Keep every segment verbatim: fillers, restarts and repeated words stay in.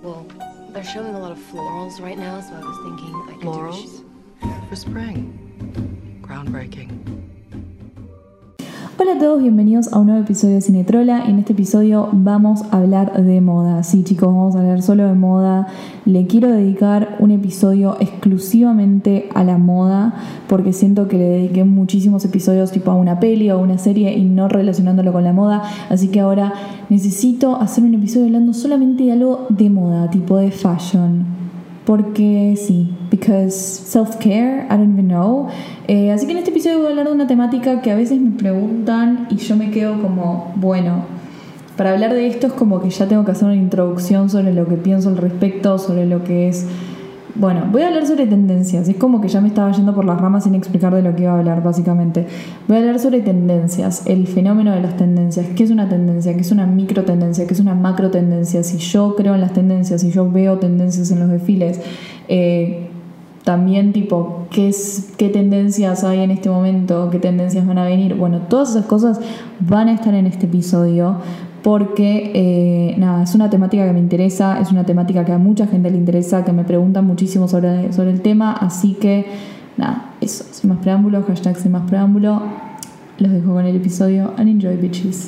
Well, they're showing a lot of florals right now, so I was thinking I could Florals? For spring. Groundbreaking. Hola a todos, bienvenidos a un nuevo episodio de Cinetrola. En este episodio vamos a hablar de moda. Sí, chicos, vamos a hablar solo de moda. Le quiero dedicar un episodio exclusivamente a la moda porque siento que le dediqué muchísimos episodios tipo a una peli o a una serie y no relacionándolo con la moda. Así que ahora necesito hacer un episodio hablando solamente de algo de moda, tipo de fashion. Porque sí, because self-care, I don't even know. Eh, así que en este episodio voy a hablar de una temática que a veces me preguntan y yo me quedo como, bueno, para hablar de esto es como que ya tengo que hacer una introducción sobre lo que pienso al respecto, sobre lo que es... Bueno, voy a hablar sobre tendencias. Es como que ya me estaba yendo por las ramas sin explicar de lo que iba a hablar, básicamente. Voy a hablar sobre tendencias, el fenómeno de las tendencias. ¿Qué es una tendencia? ¿Qué es una micro tendencia? ¿Qué es una macro tendencia? Si yo creo en las tendencias, si yo veo tendencias en los desfiles, eh, también tipo, ¿qué, es, ¿qué tendencias hay en este momento? ¿Qué tendencias van a venir? Bueno, todas esas cosas van a estar en este episodio. Porque, eh, nada, es una temática que me interesa, es una temática que a mucha gente le interesa, que me preguntan muchísimo sobre, sobre el tema, así que, nada, eso, sin más preámbulo, hashtag sin más preámbulo, los dejo con el episodio and enjoy, bitches.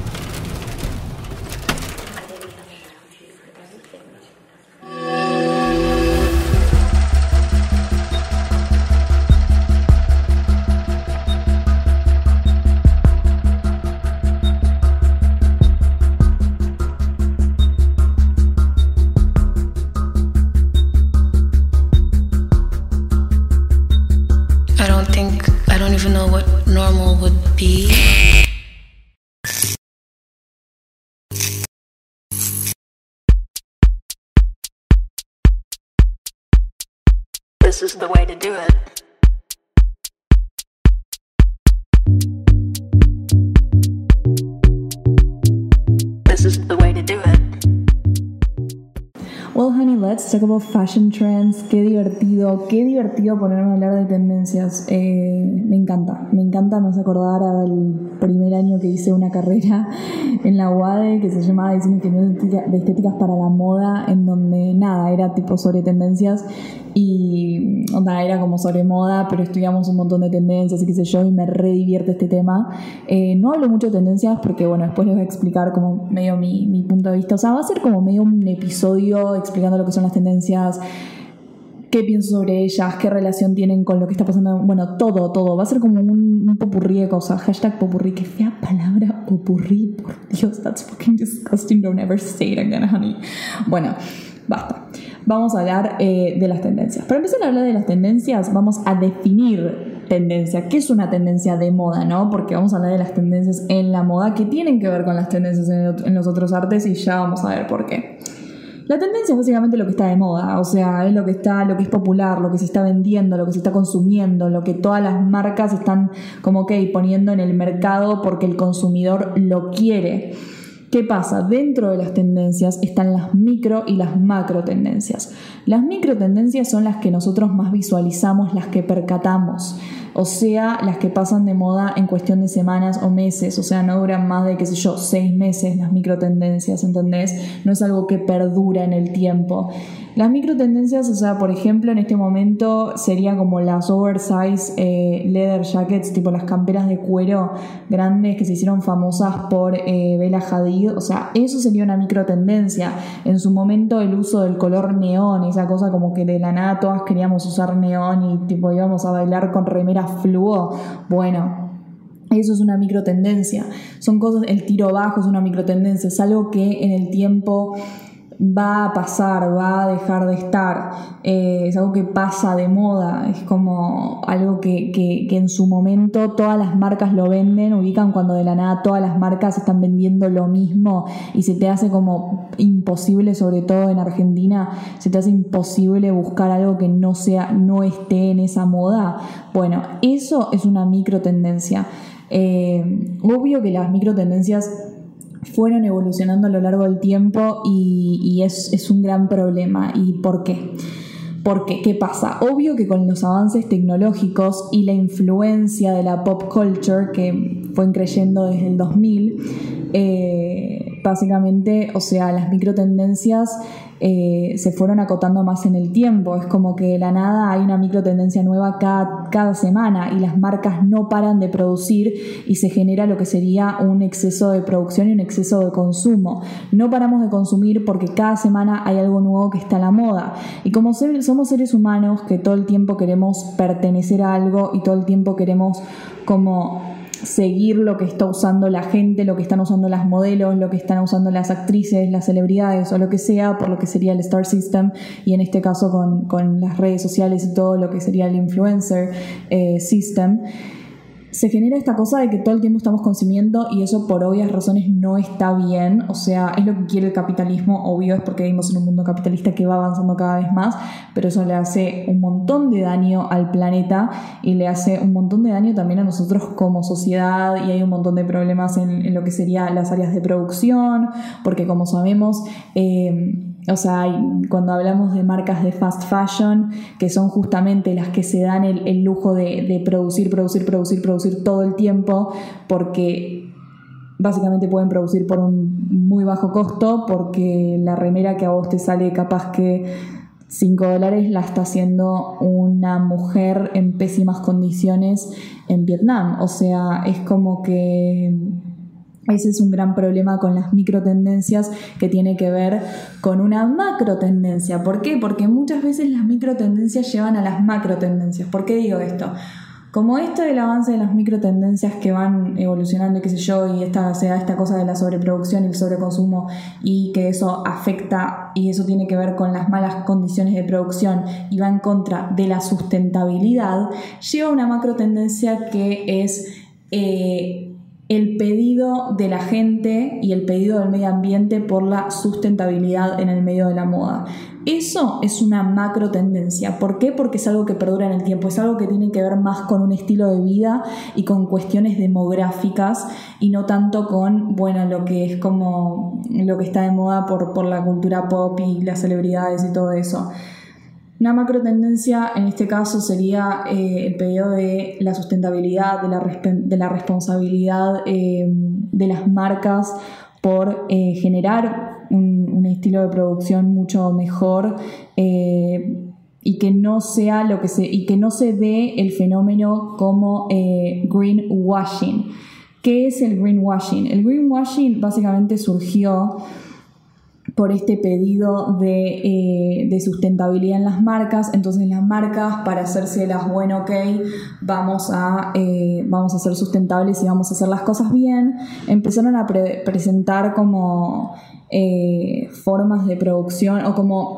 This is the way to do it. This is the way to do it. Well, honey, let's talk about fashion trends. Qué divertido, qué divertido ponerme a hablar de tendencias. Eh, me encanta, me encanta. Me hace acordar al primer año que hice una carrera en la U A D E que se llamaba Diseño de Estéticas para la Moda, en donde nada, era tipo sobre tendencias y onda, era como sobre moda, pero estudiamos un montón de tendencias y qué sé yo, y me re divierte este tema. Eh, no hablo mucho de tendencias porque, bueno, después les voy a explicar como medio mi, mi punto de vista. O sea, va a ser como medio un episodio explicando lo que son las tendencias, qué pienso sobre ellas, qué relación tienen con lo que está pasando. Bueno, todo, todo. Va a ser como un, un popurrí de cosas. Hashtag popurrí. Qué fea palabra, popurrí. Por Dios, that's fucking disgusting. Don't ever say it again, honey. Bueno, basta. Vamos a hablar eh, de las tendencias. Para empezar a hablar de las tendencias, vamos a definir tendencia. ¿Qué es una tendencia de moda, no? Porque vamos a hablar de las tendencias en la moda que tienen que ver con las tendencias en, en los otros artes y ya vamos a ver por qué. La tendencia es básicamente lo que está de moda, o sea, es lo que está, lo que es popular, lo que se está vendiendo, lo que se está consumiendo, lo que todas las marcas están como que poniendo en el mercado porque el consumidor lo quiere. ¿Qué pasa? Dentro de las tendencias están las micro y las macro tendencias. Las micro tendencias son las que nosotros más visualizamos, las que percatamos. O sea, las que pasan de moda en cuestión de semanas o meses. O sea, no duran más de, qué sé yo, seis meses las micro tendencias, ¿entendés? No es algo que perdura en el tiempo. Las micro tendencias, o sea, por ejemplo, en este momento sería como las oversize eh, leather jackets, tipo las camperas de cuero grandes que se hicieron famosas por eh, Bella Hadid. O sea, eso sería una micro tendencia. En su momento el uso del color neón, esa cosa como que de la nada todas queríamos usar neón y tipo íbamos a bailar con remeras fluo. Bueno, eso es una micro tendencia. Son cosas, el tiro bajo es una micro tendencia, es algo que en el tiempo va a pasar, va a dejar de estar, eh, es algo que pasa de moda, es como algo que, que, que en su momento todas las marcas lo venden, ubican cuando de la nada todas las marcas están vendiendo lo mismo y se te hace como imposible, sobre todo en Argentina, se te hace imposible buscar algo que no sea, no esté en esa moda. Bueno, eso es una micro tendencia. Eh, obvio que las micro tendencias fueron evolucionando a lo largo del tiempo y, y es, es un gran problema. ¿Y por qué? Porque, ¿qué pasa? Obvio que con los avances tecnológicos y la influencia de la pop culture que fue creciendo desde el dos mil, eh, básicamente, o sea, las microtendencias eh, se fueron acotando más en el tiempo. Es como que de la nada hay una microtendencia nueva cada, cada semana y las marcas no paran de producir y se genera lo que sería un exceso de producción y un exceso de consumo. No paramos de consumir porque cada semana hay algo nuevo que está a la moda. Y como ser, somos seres humanos que todo el tiempo queremos pertenecer a algo y todo el tiempo queremos como seguir lo que está usando la gente, lo que están usando las modelos, lo que están usando las actrices, las celebridades o lo que sea, por lo que sería el Star System, y en este caso con, con las redes sociales y todo lo que sería el Influencer eh, System, se genera esta cosa de que todo el tiempo estamos consumiendo y eso por obvias razones no está bien. O sea, es lo que quiere el capitalismo, obvio, es porque vivimos en un mundo capitalista que va avanzando cada vez más, pero eso le hace un montón de daño al planeta y le hace un montón de daño también a nosotros como sociedad, y hay un montón de problemas en, en lo que serían las áreas de producción, porque como sabemos, eh, o sea, cuando hablamos de marcas de fast fashion, que son justamente las que se dan el, el lujo de, de producir, producir, producir, producir todo el tiempo, porque básicamente pueden producir por un muy bajo costo, porque la remera que a vos te sale capaz que cinco dólares la está haciendo una mujer en pésimas condiciones en Vietnam. O sea, es como que ese es un gran problema con las microtendencias, que tiene que ver con una macrotendencia. ¿Por qué? Porque muchas veces las microtendencias llevan a las macrotendencias. ¿Por qué digo esto? Como esto del avance de las microtendencias que van evolucionando y qué sé yo, y esta, o sea, esta cosa de la sobreproducción y el sobreconsumo, y que eso afecta y eso tiene que ver con las malas condiciones de producción y va en contra de la sustentabilidad, lleva a una macrotendencia que es Eh, el pedido de la gente y el pedido del medio ambiente por la sustentabilidad en el medio de la moda. Eso es una macro tendencia. ¿Por qué? Porque es algo que perdura en el tiempo, es algo que tiene que ver más con un estilo de vida y con cuestiones demográficas y no tanto con, bueno, lo que es como lo que está de moda por, por la cultura pop y las celebridades y todo eso. Una macro tendencia en este caso sería eh, el pedido de la sustentabilidad, de la, resp- de la responsabilidad eh, de las marcas por eh, generar un, un estilo de producción mucho mejor eh, y que no sea lo que se y que no se dé el fenómeno como eh, greenwashing. ¿Qué es el greenwashing? El greenwashing básicamente surgió por este pedido de, eh, de sustentabilidad en las marcas. Entonces las marcas, para hacérselas bueno, ok, vamos a, eh, vamos a ser sustentables y vamos a hacer las cosas bien, empezaron a pre- presentar como eh, formas de producción o como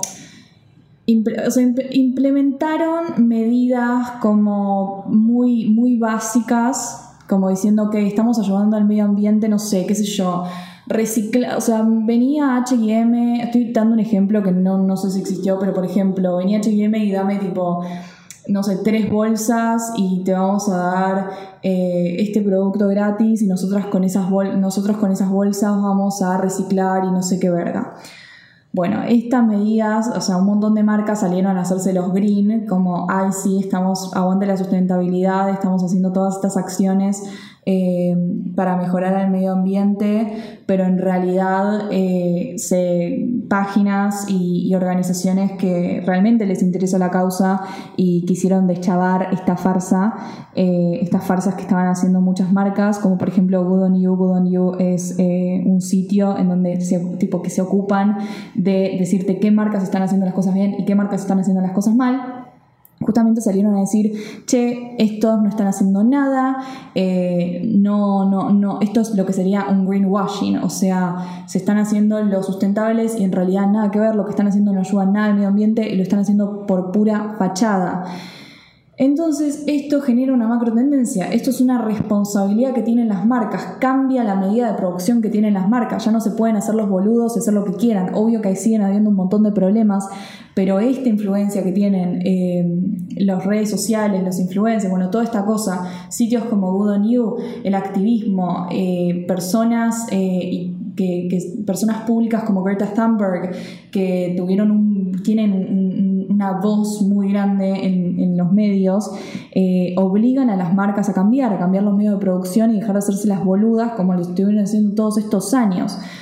imp- o sea, imp- implementaron medidas como muy, muy básicas, como diciendo que estamos ayudando al medio ambiente, no sé, qué sé yo, recicla, o sea, venía H y M, estoy dando un ejemplo que no, no sé si existió, pero por ejemplo, venía H y M y dame tipo, no sé, tres bolsas y te vamos a dar eh, este producto gratis y nosotras con esas bol- nosotros con esas bolsas vamos a reciclar y no sé qué verga. Bueno, estas medidas, o sea, un montón de marcas salieron a hacerse los green, como, ay, sí, estamos, aguante la sustentabilidad, estamos haciendo todas estas acciones eh, para mejorar el medio ambiente, pero en realidad eh, se, páginas y, y organizaciones que realmente les interesa la causa y quisieron deschavar esta farsa, eh, estas farsas que estaban haciendo muchas marcas, como por ejemplo Good On You. Good On You es eh, un sitio en donde se, tipo, que se ocupan de decirte qué marcas están haciendo las cosas bien y qué marcas están haciendo las cosas mal. Justamente salieron a decir, che, estos no están haciendo nada, eh, no, no, no, esto es lo que sería un greenwashing, o sea, se están haciendo los sustentables y en realidad nada que ver, lo que están haciendo no ayuda nada al medio ambiente y lo están haciendo por pura fachada. Entonces esto genera una macro tendencia, esto es una responsabilidad que tienen las marcas, cambia la medida de producción que tienen las marcas, ya no se pueden hacer los boludos y hacer lo que quieran, obvio que ahí siguen habiendo un montón de problemas, pero esta influencia que tienen eh, las redes sociales, los influencers, bueno, toda esta cosa, sitios como Good On You, el activismo, eh, personas eh, que, que personas públicas como Greta Thunberg, que tuvieron un, tienen un, una voz muy grande en, en los medios, eh, obligan a las marcas a cambiar, a cambiar los medios de producción y dejar de hacerse las boludas como lo estuvieron haciendo todos estos años.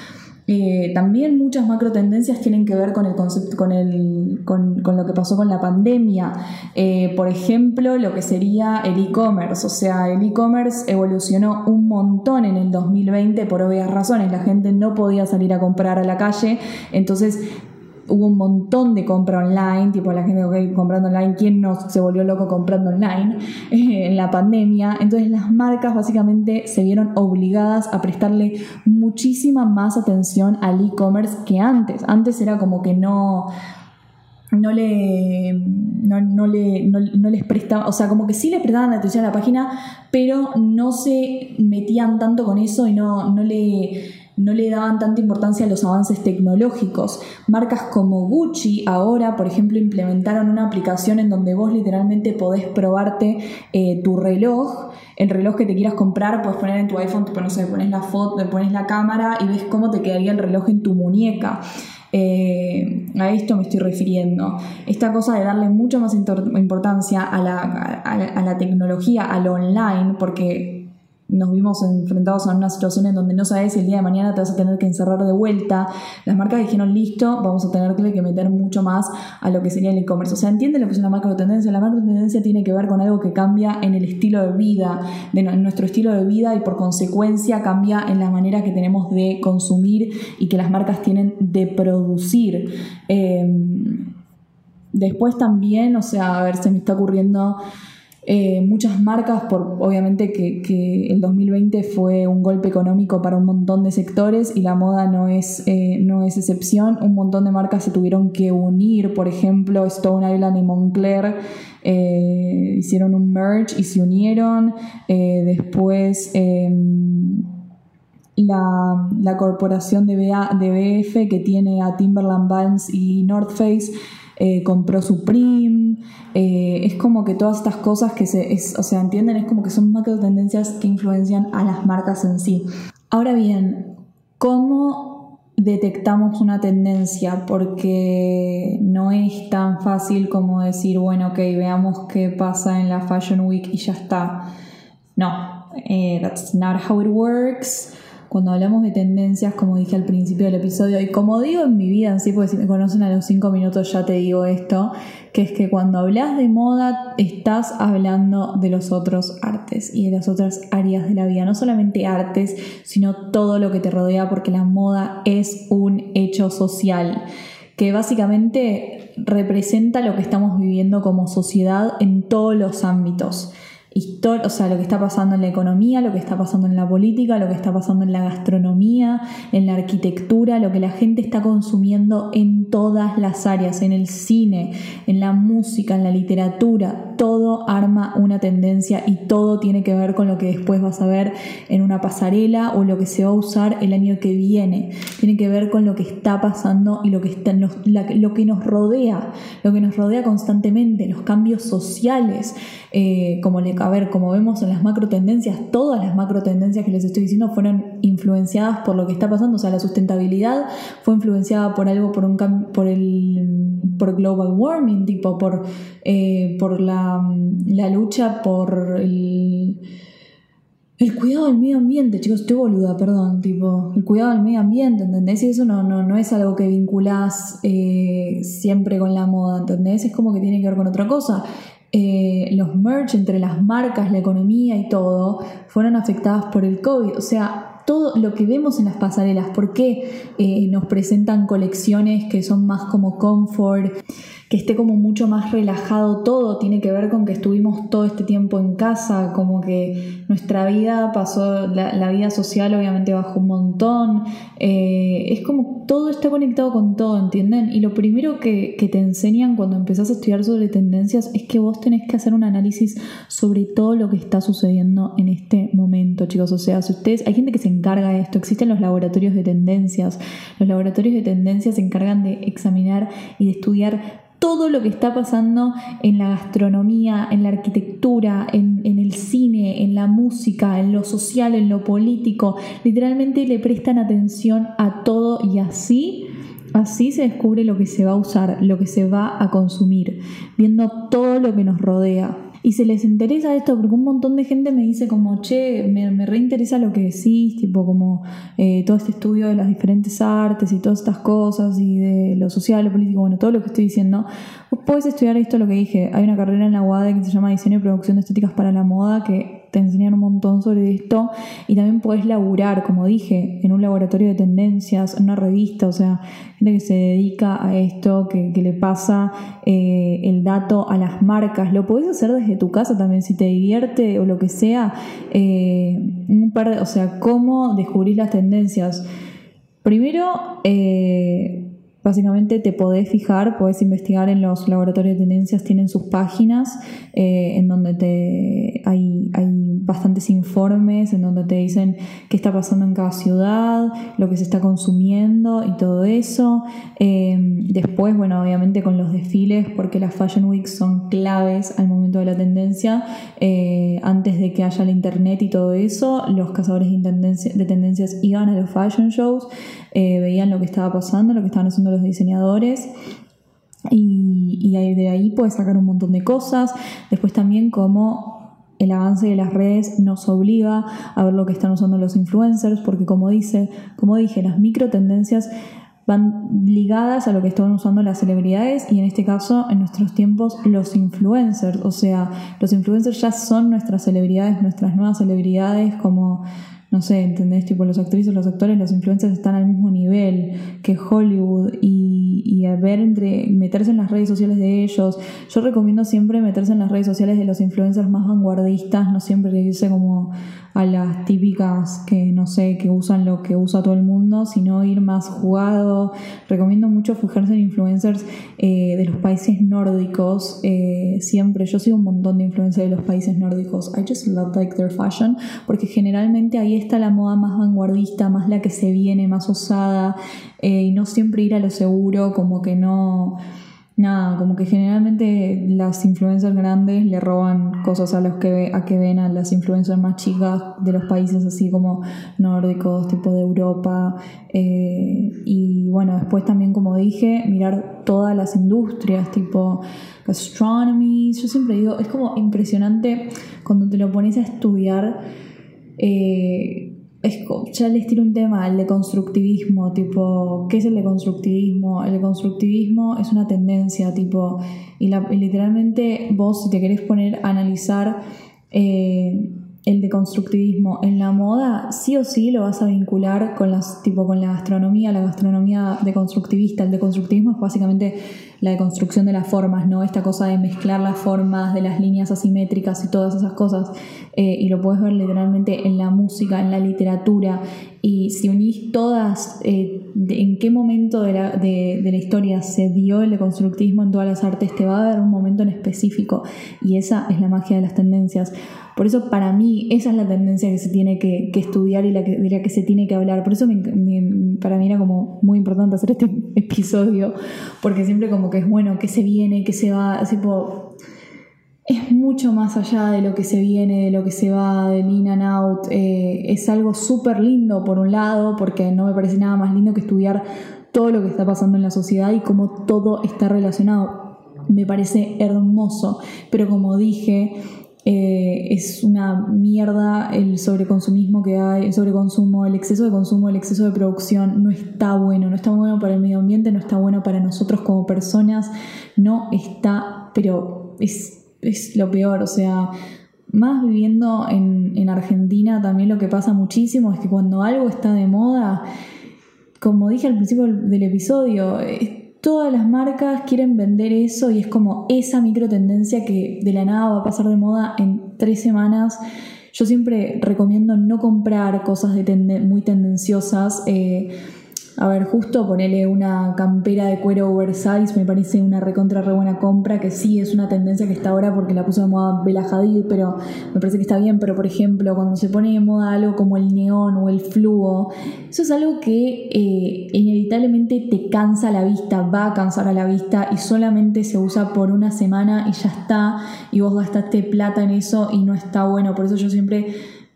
Eh, también muchas macro tendencias tienen que ver con el concepto, con, el, con, con lo que pasó con la pandemia. Eh, por ejemplo, lo que sería el e-commerce. O sea, el e-commerce evolucionó un montón en el dos mil veinte por obvias razones. La gente no podía salir a comprar a la calle, entonces hubo un montón de compra online, tipo la gente okay, comprando online. ¿Quién no se volvió loco comprando online eh, en la pandemia? Entonces las marcas básicamente se vieron obligadas a prestarle muchísima más atención al e-commerce que antes. Antes era como que no... no le no, no le no, no les prestaban, o sea, como que sí les prestaban atención a la página, pero no se metían tanto con eso y no, no le no le daban tanta importancia a los avances tecnológicos. Marcas como Gucci ahora, por ejemplo, implementaron una aplicación en donde vos literalmente podés probarte eh, tu reloj, el reloj que te quieras comprar, puedes poner en tu iPhone, te pones, pones la foto, te pones la cámara y ves cómo te quedaría el reloj en tu muñeca. Eh, a esto me estoy refiriendo. Esta cosa de darle mucha más importancia a la, a, la, a la tecnología, a lo online, porque nos vimos enfrentados a una situación en donde no sabes si el día de mañana te vas a tener que encerrar de vuelta. Las marcas dijeron, listo, vamos a tener que meter mucho más a lo que sería el e-commerce. O sea, ¿entienden lo que es una macro tendencia? La macro tendencia tiene que ver con algo que cambia en el estilo de vida, de en nuestro estilo de vida, y por consecuencia cambia en la manera que tenemos de consumir y que las marcas tienen de producir. Eh, después también, o sea, a ver, se me está ocurriendo... Eh, muchas marcas, por obviamente que, que el dos mil veinte fue un golpe económico para un montón de sectores y la moda no es, eh, no es excepción. Un montón de marcas se tuvieron que unir, por ejemplo Stone Island y Moncler eh, hicieron un merge y se unieron. Eh, después eh, la, la corporación de, B A, de B F, que tiene a Timberland, Vans y North Face, Eh, compró Supreme. Eh, es como que todas estas cosas que se, es, o sea, ¿entienden? Es como que son macro tendencias que influencian a las marcas en sí. Ahora bien, ¿cómo detectamos una tendencia? Porque no es tan fácil como decir, bueno, ok, veamos qué pasa en la Fashion Week y ya está. No, eh, that's not how it works. Cuando hablamos de tendencias, como dije al principio del episodio, y como digo en mi vida en sí, porque si me conocen a los cinco minutos ya te digo esto, que es que cuando hablas de moda estás hablando de los otros artes y de las otras áreas de la vida, no solamente artes, sino todo lo que te rodea, porque la moda es un hecho social que básicamente representa lo que estamos viviendo como sociedad en todos los ámbitos. Histor- o sea, lo que está pasando en la economía, lo que está pasando en la política, lo que está pasando en la gastronomía, en la arquitectura, lo que la gente está consumiendo en todas las áreas, en el cine, en la música, en la literatura. Todo arma una tendencia y todo tiene que ver con lo que después vas a ver en una pasarela o lo que se va a usar el año que viene. Tiene que ver con lo que está pasando y lo que, está, nos, la, lo que nos rodea, lo que nos rodea constantemente, los cambios sociales, eh, como le A ver, como vemos en las macro tendencias, todas las macro tendencias que les estoy diciendo fueron influenciadas por lo que está pasando. O sea, la sustentabilidad fue influenciada por algo, por un por el por global warming, tipo por, eh, por la, la lucha por el, el cuidado del medio ambiente. Chicos, estoy boluda, perdón, tipo, el cuidado del medio ambiente, ¿entendés? Y eso no, no, no es algo que vinculás eh, siempre con la moda, ¿entendés? Es como que tiene que ver con otra cosa. Eh, los merge entre las marcas, la economía y todo fueron afectadas por el COVID. O sea, todo lo que vemos en las pasarelas, ¿por qué eh, nos presentan colecciones que son más como comfort, que esté como mucho más relajado todo? Tiene que ver con que estuvimos todo este tiempo en casa, como que nuestra vida pasó, la, la vida social obviamente bajó un montón. Eh, es como todo está conectado con todo, ¿entienden? Y lo primero que, que te enseñan cuando empezás a estudiar sobre tendencias es que vos tenés que hacer un análisis sobre todo lo que está sucediendo en este momento, chicos. O sea, si ustedes, hay gente que se encarga de esto, existen los laboratorios de tendencias. Los laboratorios de tendencias se encargan de examinar y de estudiar todo lo que está pasando en la gastronomía, en la arquitectura, en, en el cine, en la música, en lo social, en lo político. Literalmente le prestan atención a todo y así, así se descubre lo que se va a usar, lo que se va a consumir, viendo todo lo que nos rodea. y se les interesa esto, porque un montón de gente me dice como, che, me, me reinteresa lo que decís, tipo como eh, todo este estudio de las diferentes artes y todas estas cosas y de lo social, lo político, bueno, todo lo que estoy diciendo. Vos podés estudiar esto, lo que dije, hay una carrera en la U A D E que se llama Diseño y Producción de Estéticas para la Moda, que te enseñan un montón sobre esto, y también podés laburar, como dije, en un laboratorio de tendencias, en una revista, o sea, gente que se dedica a esto, que, que le pasa eh, el dato a las marcas. Lo podés hacer desde tu casa también, si te divierte o lo que sea. Eh, un par de, o sea, cómo descubrís las tendencias. Primero, eh, básicamente te podés fijar, podés investigar en los laboratorios de tendencias, tienen sus páginas eh, en donde te hay, hay bastantes informes, en donde te dicen qué está pasando en cada ciudad, lo que se está consumiendo y todo eso. Eh, después, bueno, obviamente con los desfiles, porque las Fashion Weeks son claves al momento de la tendencia. Eh, antes de que haya la internet y todo eso, los cazadores de, tendencia, de tendencias iban a los fashion shows, eh, veían lo que estaba pasando, lo que estaban haciendo los diseñadores, y, y de ahí puedes sacar un montón de cosas. Después también como el avance de las redes nos obliga a ver lo que están usando los influencers, porque como dice, como dije, las micro tendencias van ligadas a lo que están usando las celebridades, y en este caso, en nuestros tiempos, los influencers. O sea, los influencers ya son nuestras celebridades, nuestras nuevas celebridades, como, no sé, ¿entendés? Tipo, los actrices, los actores, los influencers están al mismo nivel que Hollywood, y, y a ver, entre meterse en las redes sociales de ellos. Yo recomiendo siempre meterse en las redes sociales de los influencers más vanguardistas, no siempre irse como a las típicas que, no sé, que usan lo que usa todo el mundo, sino ir más jugado. Recomiendo mucho fijarse en influencers eh, de los países nórdicos, eh, siempre. Yo sigo un montón de influencers de los países nórdicos. I just love like their fashion, porque generalmente ahí está la moda más vanguardista, más la que se viene, más osada, eh, y no siempre ir a lo seguro, como que no... Nada, como que generalmente las influencers grandes le roban cosas a los que ve, a que ven a las influencers más chicas de los países así como nórdicos, tipo de Europa. Eh, y bueno, después también, como dije, mirar todas las industrias, tipo gastronomy. Yo siempre digo, es como impresionante cuando te lo pones a estudiar. Eh, Es, ya les tiro un tema, el deconstructivismo, tipo, ¿qué es el deconstructivismo? El deconstructivismo es una tendencia, tipo, y, la, y literalmente vos, si te querés poner a analizar eh, el deconstructivismo en la moda, sí o sí lo vas a vincular con las, tipo, con la gastronomía, la gastronomía deconstructivista. El deconstructivismo es básicamente la deconstrucción de las formas, ¿no? Esta cosa de mezclar las formas, de las líneas asimétricas y todas esas cosas. Eh, y lo puedes ver literalmente en la música, en la literatura. Y si unís todas, eh, de, en qué momento de la, de, de la historia se dio el deconstructivismo en todas las artes, te va a dar un momento en específico. Y esa es la magia de las tendencias. Por eso, para mí, esa es la tendencia que se tiene que, que estudiar y la que, de la que se tiene que hablar. Por eso me, me, para mí era como muy importante hacer este episodio, porque siempre como que es bueno, que se viene, que se va, tipo, es mucho más allá de lo que se viene, de lo que se va, del in and out. Eh, es algo súper lindo por un lado, porque no me parece nada más lindo que estudiar todo lo que está pasando en la sociedad y cómo todo está relacionado. Me parece hermoso, pero como dije, Eh, es una mierda el sobreconsumismo que hay, el sobreconsumo, el exceso de consumo, el exceso de producción. No está bueno, no está bueno para el medio ambiente, no está bueno para nosotros como personas, no está, pero es, es lo peor. O sea, más viviendo en, en Argentina, también lo que pasa muchísimo es que cuando algo está de moda, como dije al principio del episodio, es, todas las marcas quieren vender eso, y es como esa micro tendencia que de la nada va a pasar de moda en tres semanas. Yo siempre recomiendo no comprar cosas de tende- muy tendenciosas. Eh, a ver, justo ponerle una campera de cuero oversize me parece una recontra re buena compra, que sí es una tendencia que está ahora porque la puso de moda Bella Hadid, pero me parece que está bien. Pero por ejemplo, cuando se pone de moda algo como el neón o el fluo, eso es algo que eh, inevitablemente te cansa la vista, va a cansar a la vista, y solamente se usa por una semana y ya está, y vos gastaste plata en eso y no está bueno. Por eso yo siempre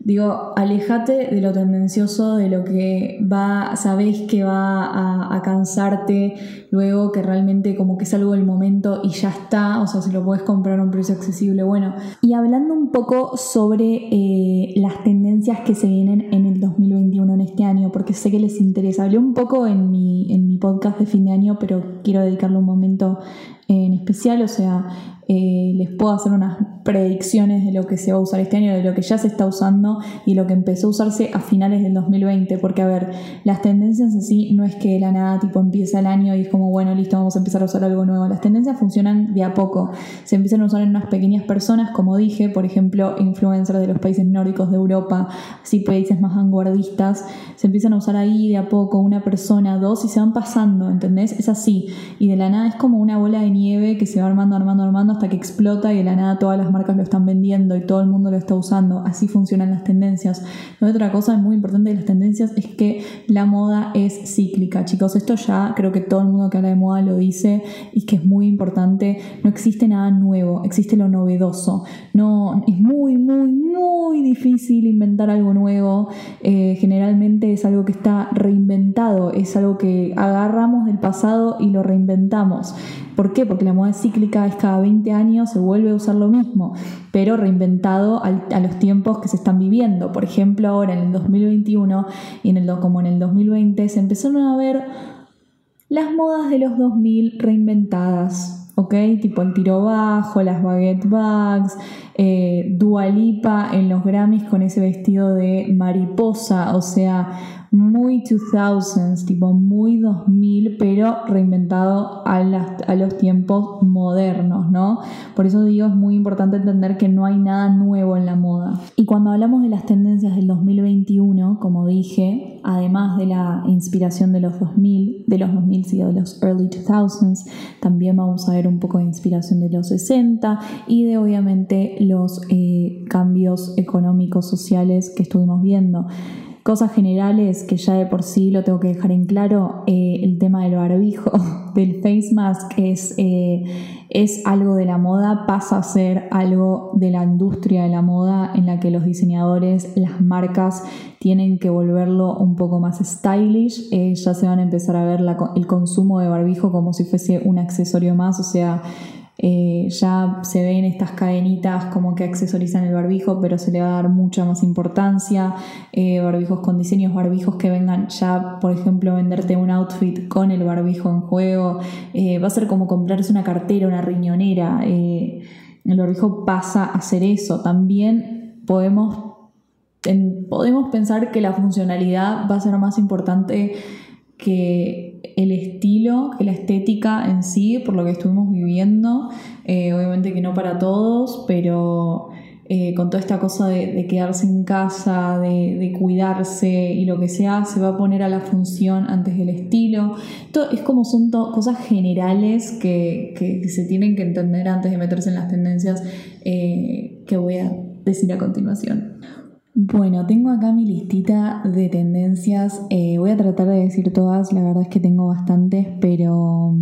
Digo, alejate de lo tendencioso, de lo que va, sabés que va a, a cansarte, luego que realmente como que es algo del momento y ya está, o sea, si lo podés comprar a un precio accesible, bueno. Y hablando un poco sobre eh, las tendencias que se vienen en el dos mil veintiuno, en este año, porque sé que les interesa. Hablé un poco en mi, en mi podcast de fin de año, pero quiero dedicarle un momento en especial, o sea, eh, les puedo hacer unas predicciones de lo que se va a usar este año, de lo que ya se está usando y lo que empezó a usarse a finales del dos mil veinte, porque a ver, las tendencias en sí no es que de la nada tipo empieza el año y es como bueno, listo, vamos a empezar a usar algo nuevo. Las tendencias funcionan de a poco, se empiezan a usar en unas pequeñas personas, como dije, por ejemplo, influencers de los países nórdicos de Europa, así países más vanguardistas, se empiezan a usar ahí de a poco, una persona, dos, y se van pasando, ¿entendés? Es así, y de la nada es como una bola de nieve que se va armando, armando, armando hasta que explota y de la nada todas las marcas lo están vendiendo y todo el mundo lo está usando. Así funcionan las tendencias. No, otra cosa muy importante de las tendencias es que la moda es cíclica, chicos. Esto ya creo que todo el mundo que habla de moda lo dice y que es muy importante. No existe nada nuevo, existe lo novedoso. No, es muy, muy, muy difícil inventar algo nuevo. Eh, generalmente es algo que está reinventado, es algo que agarramos del pasado y lo reinventamos. ¿Por qué? Porque la moda es cíclica, es cada veinte años se vuelve a usar lo mismo, pero reinventado al, a los tiempos que se están viviendo. Por ejemplo, ahora en el dos mil veintiuno y en el, como en el dos mil veinte se empezaron a ver las modas de los dos mil reinventadas, ¿ok? Tipo el tiro bajo, las baguette bags, eh, Dua Lipa en los Grammys con ese vestido de mariposa, o sea, muy dos mil, tipo muy dos mil, pero reinventado a, las, a los tiempos modernos, ¿no? Por eso digo, es muy importante entender que no hay nada nuevo en la moda. Y cuando hablamos de las tendencias del dos mil veintiuno, como dije, además de la inspiración de los dos mil, de los dos mil, sí, de los early dos mil, también vamos a ver un poco de inspiración de los sesenta y de obviamente los eh, cambios económicos, sociales que estuvimos viendo. Cosas generales que ya de por sí lo tengo que dejar en claro, eh, el tema del barbijo, del face mask es, eh, es algo de la moda, pasa a ser algo de la industria de la moda en la que los diseñadores, las marcas tienen que volverlo un poco más stylish, eh, ya se van a empezar a ver la, el consumo de barbijo como si fuese un accesorio más, o sea, Eh, ya se ven estas cadenitas como que accesorizan el barbijo, pero se le va a dar mucha más importancia. Eh, barbijos con diseños, barbijos que vengan ya, por ejemplo, venderte un outfit con el barbijo en juego. Eh, va a ser como comprarse una cartera, una riñonera. Eh, el barbijo pasa a ser eso. También podemos, en, podemos pensar que la funcionalidad va a ser más importante que el estilo, que la estética en sí, por lo que estuvimos viviendo. Eh, obviamente que no para todos, pero eh, con toda esta cosa de, de quedarse en casa, de, de cuidarse y lo que sea, se va a poner a la función antes del estilo. Esto es como son to- cosas generales que, que, que se tienen que entender antes de meterse en las tendencias eh, que voy a decir a continuación. Bueno, tengo acá mi listita de tendencias, eh, voy a tratar de decir todas, la verdad es que tengo bastantes, pero,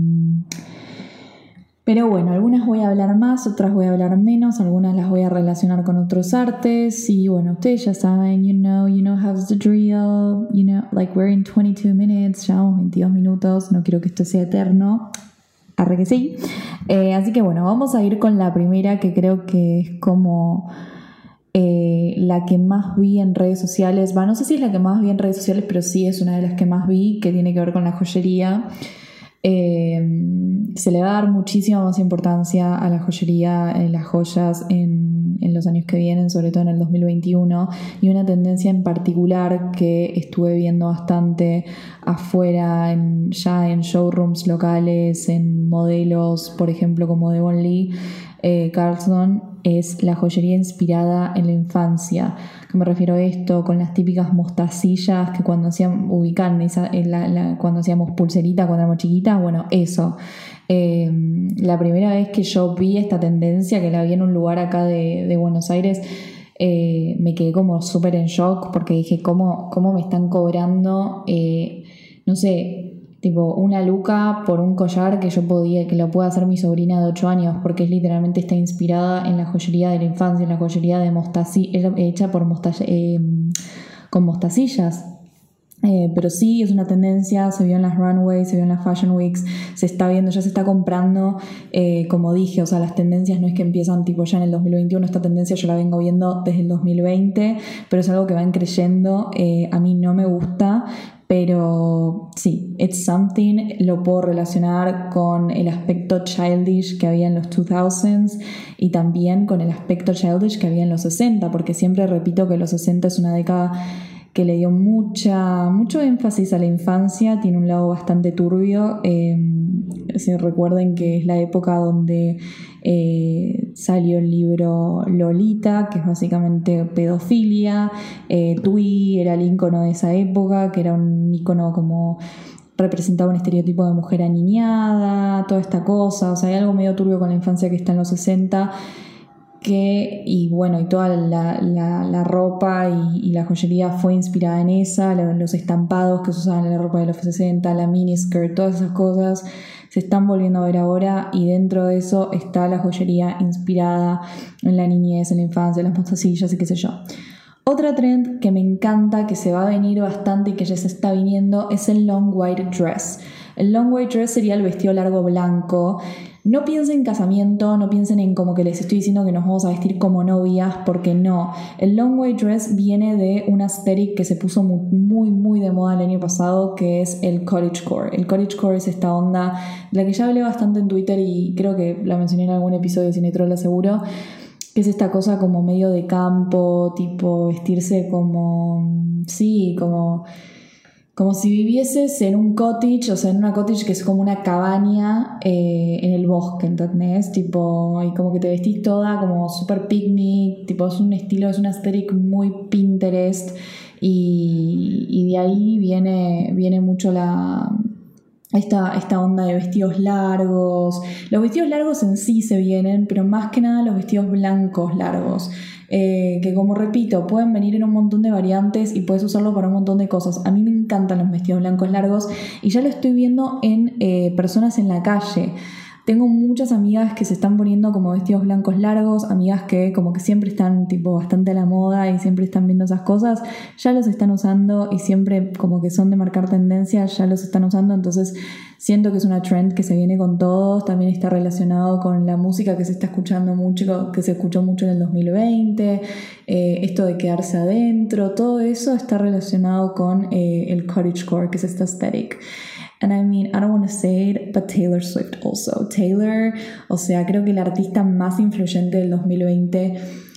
pero bueno, algunas voy a hablar más, otras voy a hablar menos, algunas las voy a relacionar con otros artes y bueno, ustedes ya saben, you know, you know how's the drill, you know, like we're in twenty-two minutes, llevamos veintidós minutos, no quiero que esto sea eterno, arre que sí, eh, así que bueno, vamos a ir con la primera que creo que es como... Eh, la que más vi en redes sociales, va, no sé si es la que más vi en redes sociales, pero sí es una de las que más vi, que tiene que ver con la joyería. Eh, se le va a dar muchísima más importancia a la joyería, en las joyas en, en los años que vienen, sobre todo en el dos mil veintiuno, y una tendencia en particular que estuve viendo bastante afuera, en, ya en showrooms locales, en modelos, por ejemplo, como Devon Lee, eh, Carlson, es la joyería inspirada en la infancia. ¿Qué me refiero a esto? Con las típicas mostacillas que cuando hacíamos, ubican esa, en la, la, cuando hacíamos pulserita cuando éramos chiquitas, bueno, eso. Eh, la primera vez que yo vi esta tendencia, que la vi en un lugar acá de, de Buenos Aires, eh, me quedé como súper en shock porque dije, ¿cómo, cómo me están cobrando, eh, no sé, Tipo, una luca por un collar que yo podía, que lo pueda hacer mi sobrina de ocho años, porque es literalmente está inspirada en la joyería de la infancia, en la joyería de mostacillas, hecha por mostaza, eh, con mostacillas. Eh, pero sí, es una tendencia, se vio en las runways, se vio en las fashion weeks, se está viendo, ya se está comprando, eh, como dije, o sea, las tendencias no es que empiezan tipo ya en el dos mil veintiuno, esta tendencia yo la vengo viendo desde el dos mil veinte, pero es algo que van creyendo, eh, a mí no me gusta. Pero sí, it's something, lo puedo relacionar con el aspecto childish que había en los dos mil y también con el aspecto childish que había en los sesenta, porque siempre repito que los sesenta es una década que le dio mucha, mucho énfasis a la infancia, tiene un lado bastante turbio. Eh, si recuerden que es la época donde eh, salió el libro Lolita, que es básicamente pedofilia. eh, Tui era el ícono de esa época, que era un ícono como representaba un estereotipo de mujer aniñada, toda esta cosa. O sea, hay algo medio turbio con la infancia que está en los sesenta, que, y bueno, y toda la, la, la ropa y, y la joyería fue inspirada en esa, los estampados que se usaban en la ropa de los sesenta, la miniskirt, todas esas cosas se están volviendo a ver ahora, y dentro de eso está la joyería inspirada en la niñez, en la infancia, las mostacillas y qué sé yo. Otra trend que me encanta, que se va a venir bastante y que ya se está viniendo, es el long white dress. El long white dress sería el vestido largo blanco. No piensen en casamiento, no piensen en como que les estoy diciendo que nos vamos a vestir como novias, porque no. El long white dress viene de una aesthetic que se puso muy, muy, muy de moda el año pasado, que es el cottagecore. El cottagecore es esta onda de la que ya hablé bastante en Twitter y creo que la mencioné en algún episodio de Cine Troll, seguro, que es esta cosa como medio de campo, tipo vestirse como, sí, como... como si vivieses en un cottage, o sea, en una cottage que es como una cabaña eh, en el bosque, ¿entendés? Tipo, y como que te vestís toda como super picnic, tipo, es un estilo, es una aesthetic muy Pinterest, y, y de ahí viene, viene mucho la... Esta, esta onda de vestidos largos. Los vestidos largos en sí se vienen, pero más que nada los vestidos blancos largos. Eh, que como repito, pueden venir en un montón de variantes y puedes usarlo para un montón de cosas. A mí me encantan los vestidos blancos largos y ya lo estoy viendo en eh, personas en la calle. Tengo muchas amigas que se están poniendo como vestidos blancos largos, amigas que como que siempre están tipo bastante a la moda y siempre están viendo esas cosas, ya los están usando y siempre como que son de marcar tendencia, ya los están usando, entonces siento que es una trend que se viene con todos. También está relacionado con la música que se está escuchando mucho, que se escuchó mucho en el dos mil veinte, eh, esto de quedarse adentro, todo eso está relacionado con eh, el cottagecore, que es esta aesthetic. And I mean, I don't want to say it, but Taylor Swift also. Taylor, o sea, creo que la artista más influyente del dos mil veinte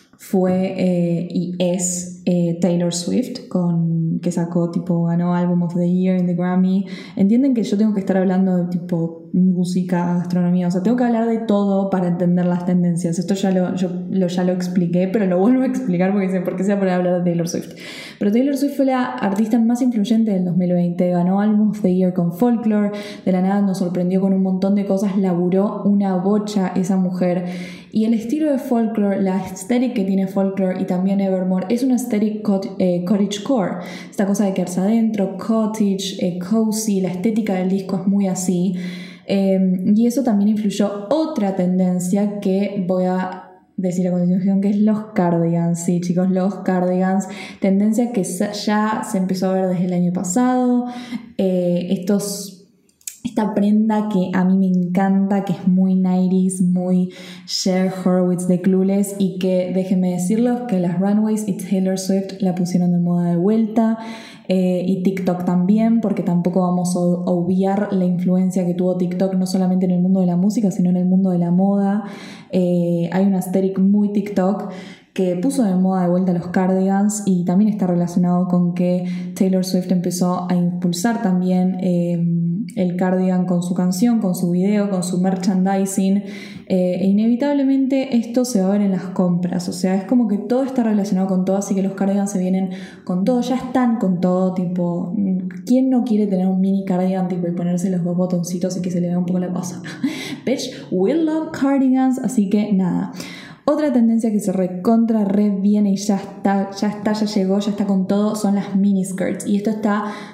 fue eh, y es eh, Taylor Swift, con, que sacó, tipo, ganó Album of the Year en The Grammy. Entienden que yo tengo que estar hablando de, tipo, música, gastronomía, o sea, tengo que hablar de todo para entender las tendencias. Esto ya lo, yo lo, ya lo expliqué, pero lo vuelvo a explicar porque sé por qué se va a poner a hablar de Taylor Swift. Pero Taylor Swift fue la artista más influyente del dos mil veinte, ganó Album of the Year con Folklore, de la nada nos sorprendió con un montón de cosas, laburó una bocha esa mujer. Y el estilo de Folklore, la aesthetic que tiene Folklore y también Evermore, es una aesthetic cot- eh, cottagecore. Esta cosa de quedarse adentro, cottage, eh, cozy, la estética del disco es muy así. Eh, y eso también influyó otra tendencia que voy a decir a continuación, que es los cardigans. Sí, chicos, los cardigans, tendencia que ya se empezó a ver desde el año pasado. Eh, estos... Esta prenda que a mí me encanta, que es muy nineties, muy Cher Horowitz de Clueless, y que déjenme decirles que las runways y Taylor Swift la pusieron de moda de vuelta, eh, y TikTok también, porque tampoco vamos a obviar la influencia que tuvo TikTok no solamente en el mundo de la música, sino en el mundo de la moda. Eh, hay una aesthetic muy TikTok que puso de moda de vuelta los cardigans, y también está relacionado con que Taylor Swift empezó a impulsar también eh, el cardigan con su canción, con su video, con su merchandising, eh, e inevitablemente esto se va a ver en las compras. O sea, es como que todo está relacionado con todo, así que los cardigans se vienen con todo, ya están con todo, tipo, ¿quién no quiere tener un mini cardigan tipo y ponerse los dos botoncitos y que se le vea un poco la cosa? Bitch, we love cardigans, así que nada. Otra tendencia que se recontra re viene y ya está, ya está, ya llegó, ya está con todo, son las miniskirts. Y esto está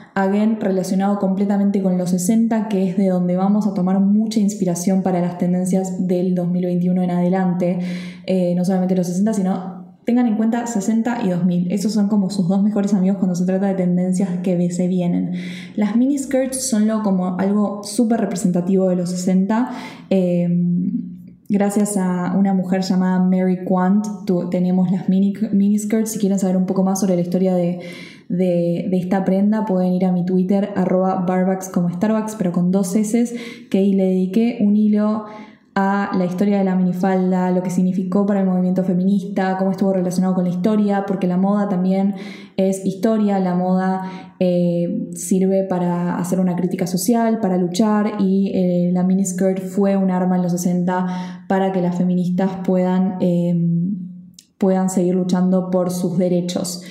again, relacionado completamente con los sesenta, que es de donde vamos a tomar mucha inspiración para las tendencias del dos mil veintiuno en adelante. Eh, no solamente los sesenta, sino tengan en cuenta sesenta y dos mil. Esos son como sus dos mejores amigos cuando se trata de tendencias que se vienen. Las miniskirts son lo, como algo súper representativo de los sesenta. Eh, gracias a una mujer llamada Mary Quant tu, tenemos las mini, miniskirts. Si quieren saber un poco más sobre la historia de, de, de esta prenda, pueden ir a mi Twitter, arroba barbucks como Starbucks, pero con dos S, que ahí le dediqué un hilo a la historia de la minifalda, lo que significó para el movimiento feminista, cómo estuvo relacionado con la historia, porque la moda también es historia, la moda eh, sirve para hacer una crítica social, para luchar, y eh, la miniskirt fue un arma en los sesenta para que las feministas puedan, eh, puedan seguir luchando por sus derechos.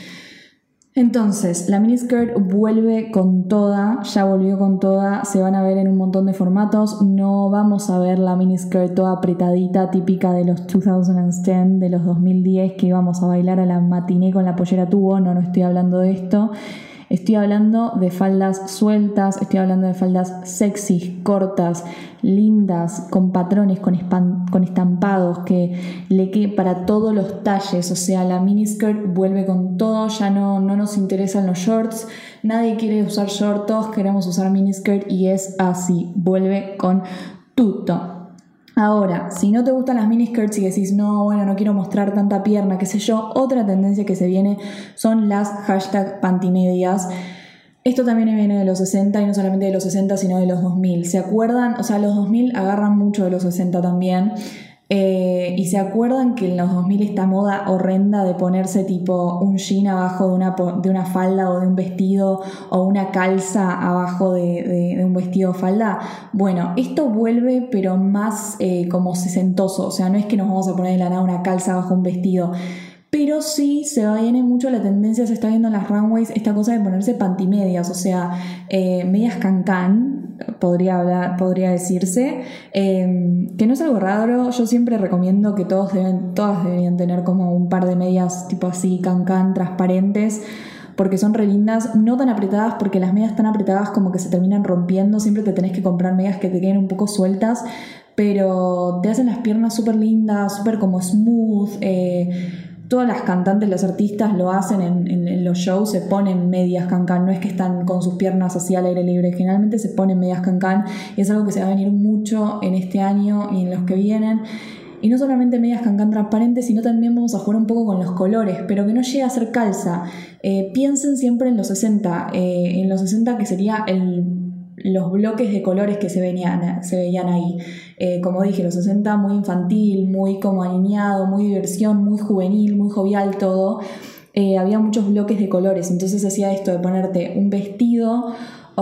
Entonces, la miniskirt vuelve con toda, ya volvió con toda, se van a ver en un montón de formatos. No vamos a ver la miniskirt toda apretadita, típica de los dos mil diez, de los dos mil diez, que íbamos a bailar a la matiné con la pollera tubo. No, no estoy hablando de esto. Estoy hablando de faldas sueltas, estoy hablando de faldas sexys, cortas, lindas, con patrones, con, espan- con estampados, que le quede para todos los talles. O sea, la miniskirt vuelve con todo, ya no, no nos interesan los shorts, nadie quiere usar shorts, todos queremos usar miniskirt y es así, vuelve con tutto. Ahora, si no te gustan las miniskirts y decís, no, bueno, no quiero mostrar tanta pierna, qué sé yo, otra tendencia que se viene son las hashtag pantimedias. Esto también viene de los sesenta, y no solamente de los sesenta, sino de los dos mil. ¿Se acuerdan? O sea, los dos mil agarran mucho de los sesenta también. Eh, y se acuerdan que en los dos mil esta moda horrenda de ponerse tipo un jean abajo de una, de una falda o de un vestido, o una calza abajo de, de, de un vestido o falda. Bueno, esto vuelve pero más eh, como sesentoso. O sea, no es que nos vamos a poner de la nada una calza abajo un vestido, pero sí se viene mucho la tendencia, se está viendo en las runways, esta cosa de ponerse pantimedias, o sea, eh, medias cancán, podría, hablar, podría decirse, eh, que no es algo raro. Yo siempre recomiendo que todos deben, todas deberían tener como un par de medias tipo así, cancán, transparentes, porque son re lindas, no tan apretadas, porque las medias tan apretadas como que se terminan rompiendo. Siempre te tenés que comprar medias que te queden un poco sueltas, pero te hacen las piernas súper lindas, súper como smooth. eh, Todas las cantantes, los artistas lo hacen en, en, en los shows, se ponen medias cancán, no es que están con sus piernas así al aire libre, generalmente se ponen medias cancán, y es algo que se va a venir mucho en este año y en los que vienen. Y no solamente medias cancán transparentes, sino también vamos a jugar un poco con los colores, pero que no llegue a ser calza. Eh, piensen siempre en los sesenta, eh, en los sesenta, que sería el... los bloques de colores que se, venían, se veían ahí. Eh, como dije, los sesenta muy infantil, muy como alineado, muy diversión, muy juvenil, muy jovial todo. Eh, había muchos bloques de colores, entonces hacía esto de ponerte un vestido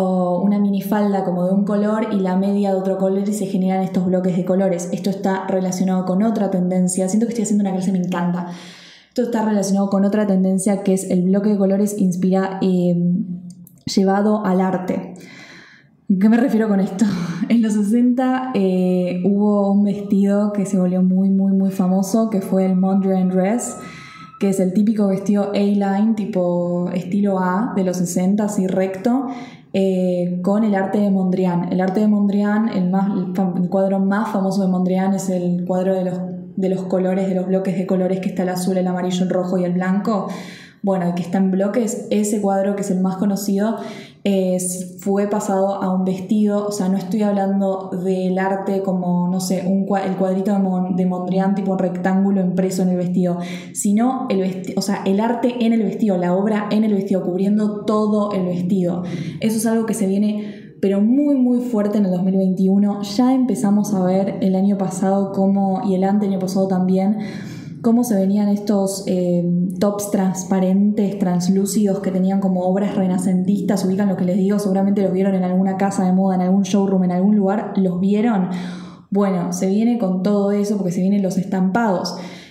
o una minifalda como de un color y la media de otro color, y se generan estos bloques de colores. Esto está relacionado con otra tendencia. Siento que estoy haciendo una clase, me encanta. Esto está relacionado con otra tendencia, que es el bloque de colores inspira, eh, llevado al arte. ¿Qué me refiero con esto? En los sesenta eh, hubo un vestido que se volvió muy, muy, muy famoso, que fue el Mondrian Dress, que es el típico vestido A-line, tipo estilo A de los sesenta, así recto, eh, con el arte de Mondrian. El arte de Mondrian, el, más, el cuadro más famoso de Mondrian es el cuadro de los, de los colores, de los bloques de colores, que está el azul, el amarillo, el rojo y el blanco. Bueno, el que está en bloques, ese cuadro, que es el más conocido, eh, fue pasado a un vestido. O sea, no estoy hablando del arte como, no sé, un, el cuadrito de, Mon, de Mondrian tipo rectángulo impreso en el vestido, sino el, vesti- o sea, el arte en el vestido, la obra en el vestido, cubriendo todo el vestido. Eso es algo que se viene pero muy muy fuerte en el dos mil veintiuno. Ya empezamos a ver el año pasado cómo, y el año pasado también, cómo se venían estos eh, tops transparentes, translúcidos, que tenían como obras renacentistas. Ubican lo que les digo, seguramente los vieron en alguna casa de moda, en algún showroom, en algún lugar, ¿los vieron? Bueno, se viene con todo eso, porque se vienen los estampados.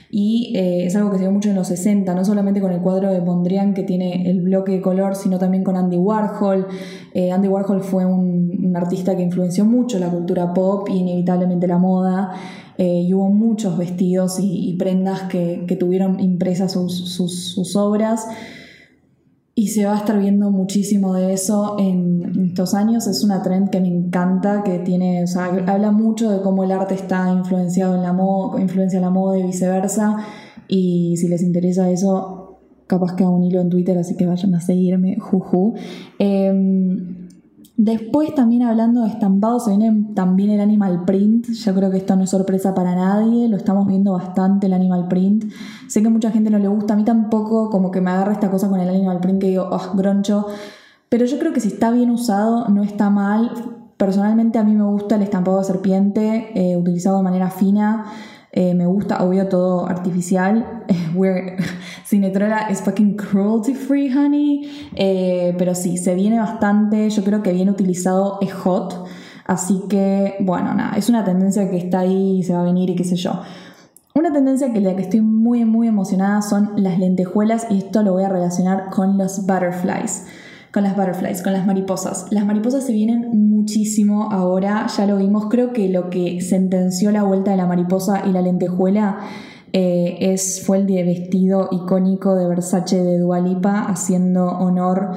Y eh, es algo que se ve mucho en los sesenta, no solamente con el cuadro de Mondrian, que tiene el bloque de color, sino también con Andy Warhol. Eh, Andy Warhol fue un, un artista que influenció mucho la cultura pop y inevitablemente la moda. Eh, y hubo muchos vestidos y, y prendas que, que tuvieron impresas sus, sus, sus obras. y se va a estar viendo muchísimo de eso en estos años. Es una trend que me encanta, que tiene, o sea, habla mucho de cómo el arte está influenciado en la moda, influencia la moda y viceversa. Y si les interesa eso, capaz que hago un hilo en Twitter, así que vayan a seguirme, juju. Eh, Después, también hablando de estampados, se viene también el animal print. Yo creo que esto no es sorpresa para nadie, lo estamos viendo bastante, el animal print. Sé que mucha gente no le gusta, a mí tampoco, como que me agarra esta cosa con el animal print que digo, oh, groncho. Pero yo creo que si está bien usado, no está mal. Personalmente a mí me gusta el estampado de serpiente, eh, utilizado de manera fina. Eh, me gusta, obvio, todo artificial. We're, Cinetrola es fucking cruelty free, honey. Eh, pero sí, se viene bastante. Yo creo que bien utilizado es hot. Así que, bueno, nada, es una tendencia que está ahí y se va a venir y qué sé yo. Una tendencia que la que estoy muy, muy emocionada son las lentejuelas, y esto lo voy a relacionar con los butterflies. Con las butterflies, con las mariposas. Las mariposas se vienen muchísimo ahora, ya lo vimos. Creo que lo que sentenció la vuelta de la mariposa y la lentejuela eh, es, fue el de vestido icónico de Versace de Dua Lipa, haciendo honor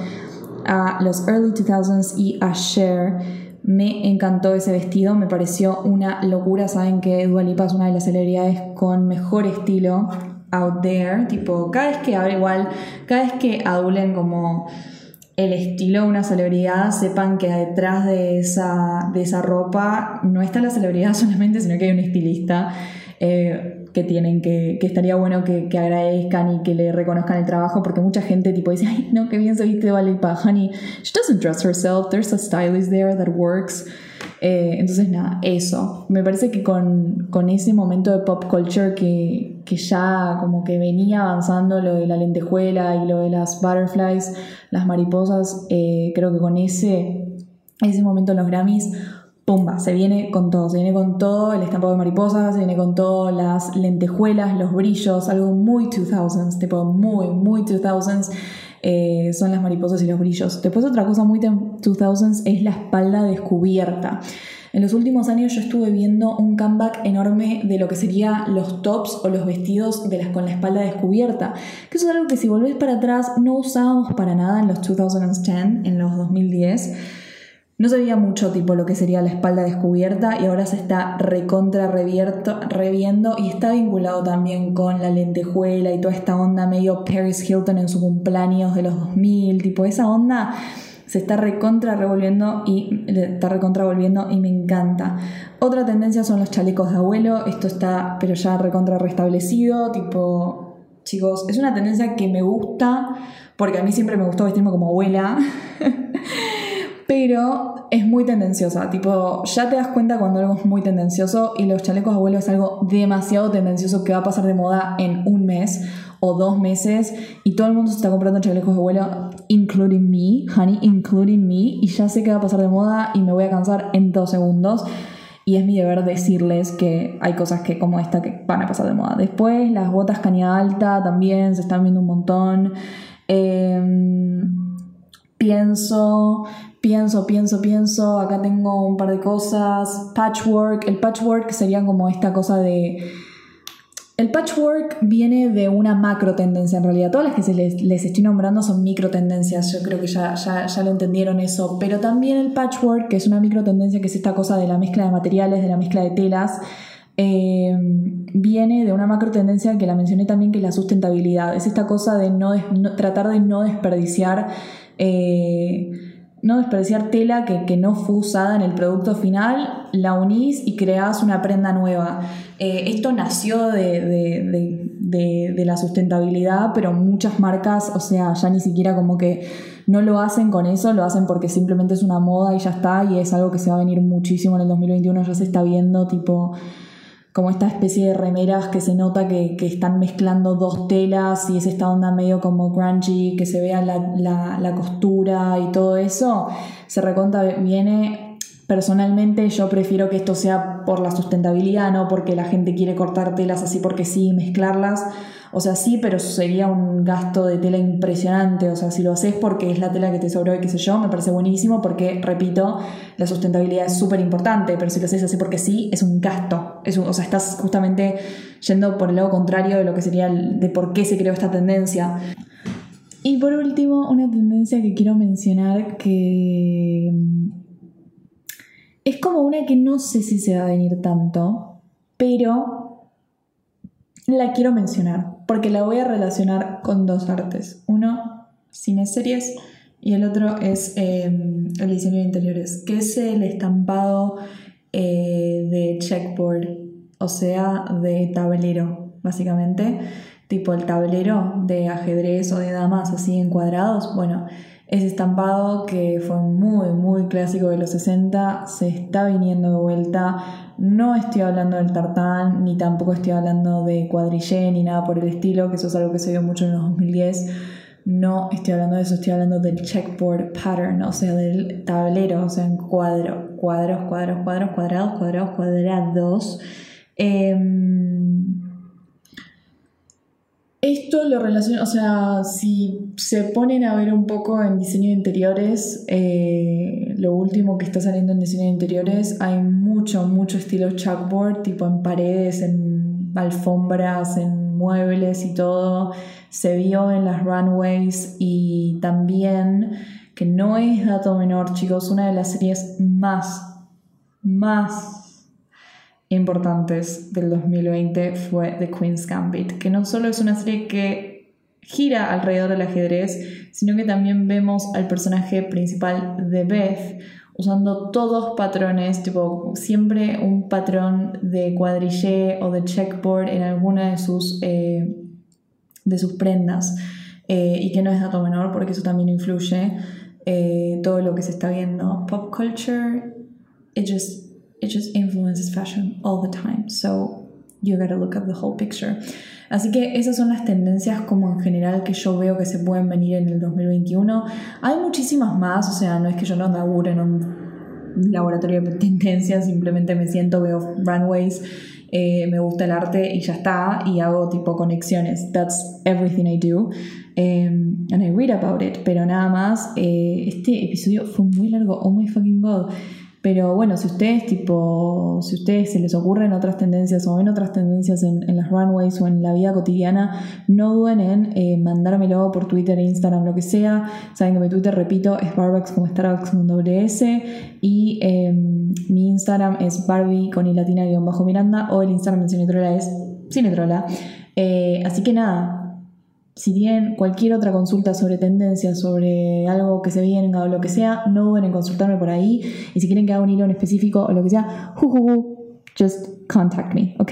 a los early two thousands y a Cher. Me encantó ese vestido, me pareció una locura. Saben que Dua Lipa es una de las celebridades con mejor estilo out there. Tipo, cada vez que abre igual, cada vez que adulen como el estilo de una celebridad, sepan que detrás de esa, de esa ropa no está la celebridad solamente, sino que hay un estilista eh, que tienen que, que estaría bueno que, que agradezcan y que le reconozcan el trabajo, porque mucha gente tipo dice, ay, no, qué bien se viste Dua Lipa, honey, she doesn't dress herself, there's a stylist there that works. Eh, entonces nada, eso. Me parece que con, con ese momento de pop culture que, que ya como que venía avanzando lo de la lentejuela y lo de las butterflies, las mariposas, eh, creo que con ese, ese momento en los Grammys, pumba, se viene con todo, se viene con todo el estampado de mariposas, se viene con todo las lentejuelas, los brillos, algo muy dos thousands, tipo muy, muy dos thousands. Eh, son las mariposas y los brillos. Después otra cosa muy dos thousands es la espalda descubierta. En los últimos años yo estuve viendo un comeback enorme de lo que serían los tops o los vestidos de las, con la espalda descubierta, que eso es algo que si volvés para atrás no usábamos para nada en los dos mil diez, en los dos mil diez. No se veía mucho tipo lo que sería la espalda descubierta, y ahora se está recontra revierto, reviendo, y está vinculado también con la lentejuela y toda esta onda medio Paris Hilton en su cumpleaños de los dos mil, tipo esa onda se está recontra revolviendo y está recontra volviendo y me encanta. Otra tendencia son los chalecos de abuelo, esto está pero ya recontra restablecido, tipo, chicos, es una tendencia que me gusta porque a mí siempre me gustó vestirme como abuela. Pero es muy tendenciosa, tipo, ya te das cuenta cuando algo es muy tendencioso, y los chalecos de abuelo es algo demasiado tendencioso que va a pasar de moda en un mes o dos meses, y todo el mundo se está comprando chalecos de abuelo, including me, honey, including me, y ya sé que va a pasar de moda y me voy a cansar en dos segundos, y es mi deber decirles que hay cosas que como esta que van a pasar de moda. Después las botas caña alta también se están viendo un montón. Eh, pienso... Pienso, pienso, pienso, acá tengo un par de cosas. Patchwork, el patchwork sería como esta cosa de... El patchwork viene de una macro tendencia en realidad. Todas las que se les, les estoy nombrando son micro tendencias, yo creo que ya, ya, ya lo entendieron eso. Pero también el patchwork, que es una micro tendencia, que es esta cosa de la mezcla de materiales, de la mezcla de telas, eh, viene de una macro tendencia que la mencioné también, que es la sustentabilidad. Es esta cosa de no, des, no tratar de no desperdiciar... Eh, no desperdiciar tela que, que no fue usada en el producto final, la unís y creás una prenda nueva. Eh, esto nació de, de, de, de, de la sustentabilidad, pero muchas marcas, o sea, ya ni siquiera como que no lo hacen con eso, lo hacen porque simplemente es una moda y ya está, y es algo que se va a venir muchísimo en el dos mil veintiuno, ya se está viendo tipo... como esta especie de remeras que se nota que, que están mezclando dos telas, y es esta onda medio como grungy, que se vea la, la, la costura y todo eso, se recontra viene. Personalmente yo prefiero que esto sea por la sustentabilidad, no porque la gente quiere cortar telas así porque sí, mezclarlas. O sea, sí, pero sería un gasto de tela impresionante. O sea, si lo haces porque es la tela que te sobró y qué sé yo, me parece buenísimo porque, repito, la sustentabilidad es súper importante. Pero si lo haces así porque sí, es un gasto. Es un, o sea, estás justamente yendo por el lado contrario de lo que sería el, de por qué se creó esta tendencia. Y por último, una tendencia que quiero mencionar que es como una que no sé si se va a venir tanto, pero la quiero mencionar porque la voy a relacionar con dos artes. Uno, cine series, y el otro es eh, el diseño de interiores, que es el estampado eh, de checkboard, o sea, de tablero, básicamente. Tipo el tablero de ajedrez o de damas así encuadrados. Bueno, ese estampado que fue muy, muy clásico de los sesenta se está viniendo de vuelta. No estoy hablando del tartán, ni tampoco estoy hablando de cuadrillé, ni nada por el estilo, que eso es algo que se vio mucho en los dos mil diez. No estoy hablando de eso, estoy hablando del checkboard pattern, o sea, del tablero, o sea, en cuadro, cuadros, cuadros, cuadros, cuadrados, cuadrados, cuadrados. Eh, Esto lo relaciona, o sea, si se ponen a ver un poco en diseño de interiores, eh, lo último que está saliendo en diseño de interiores, hay mucho, mucho estilo chalkboard, tipo en paredes, en alfombras, en muebles y todo. Se vio en las runways y también, que no es dato menor, chicos, una de las series más, más importantes del dos mil veinte fue The Queen's Gambit, que no solo es una serie que gira alrededor del ajedrez, sino que también vemos al personaje principal de Beth usando todos patrones, tipo siempre un patrón de cuadrillé o de checkboard en alguna de sus, eh, de sus prendas, eh, y que no es dato menor porque eso también influye eh, todo lo que se está viendo. Pop culture, it just It just influences fashion all the time, so you gotta look at the whole picture. Así que esas son las tendencias como en general que yo veo que se pueden venir en el dos mil veintiuno. Hay muchísimas más, o sea, no es que yo no labure en un laboratorio de tendencias, simplemente me siento, veo runways, eh, me gusta el arte y ya está, y hago tipo conexiones. That's everything I do. Um, and I read about it, pero nada más. Eh, este episodio fue muy largo, oh my fucking god. Pero bueno, si ustedes tipo, si ustedes se les ocurren otras tendencias o ven otras tendencias en, en las runways o en la vida cotidiana, no duden en eh, mandármelo por Twitter, Instagram, lo que sea. Saben que mi Twitter, repito, es Barbax como Starbucks con doble S, y eh, mi Instagram es Barbie con i latina guión bajo Miranda, o el Instagram de Cinetrola es Cinetrola. Eh, así que nada. Si tienen cualquier otra consulta sobre tendencias, sobre algo que se venga o lo que sea, no duden en consultarme por ahí. Y si quieren que haga un hilo en específico o lo que sea, ju, ju, ju, just contact me, ¿ok?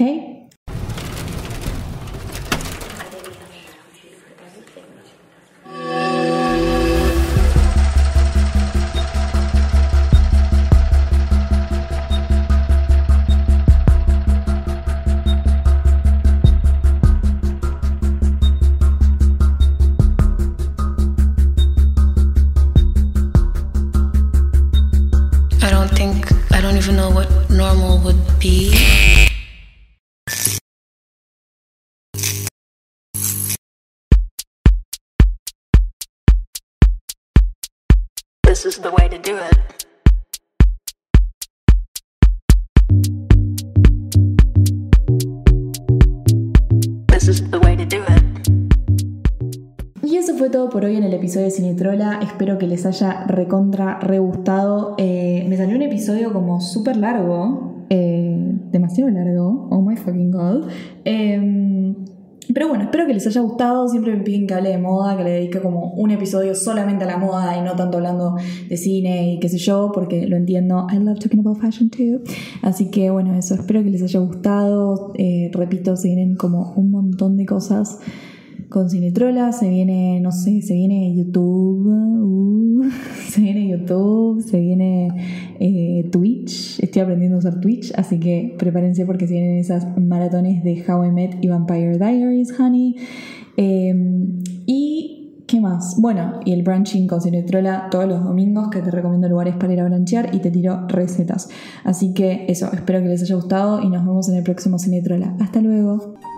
This is the way to do it. This is the way to do it. Y eso fue todo por hoy en el episodio de Cinetrola. Espero que les haya recontra re gustado. Eh, me salió un episodio como súper largo. Eh, demasiado largo. Oh my fucking god. Eh, Pero bueno, espero que les haya gustado. Siempre me piden que hable de moda, que le dedique como un episodio solamente a la moda y no tanto hablando de cine y qué sé yo, porque lo entiendo. I love talking about fashion too. Así que bueno, eso, espero que les haya gustado. Eh, repito, se vienen como un montón de cosas con Cinetrola. Se viene, no sé, se viene YouTube, uh, se viene YouTube, se viene eh, Twitch. Estoy aprendiendo a usar Twitch, así que prepárense porque se vienen esas maratones de How I Met y Vampire Diaries, honey. Eh, y ¿qué más? Bueno, y el brunching con Cinetrola todos los domingos, que te recomiendo lugares para ir a brunchear y te tiro recetas. Así que eso, espero que les haya gustado y nos vemos en el próximo Cinetrola. Hasta luego.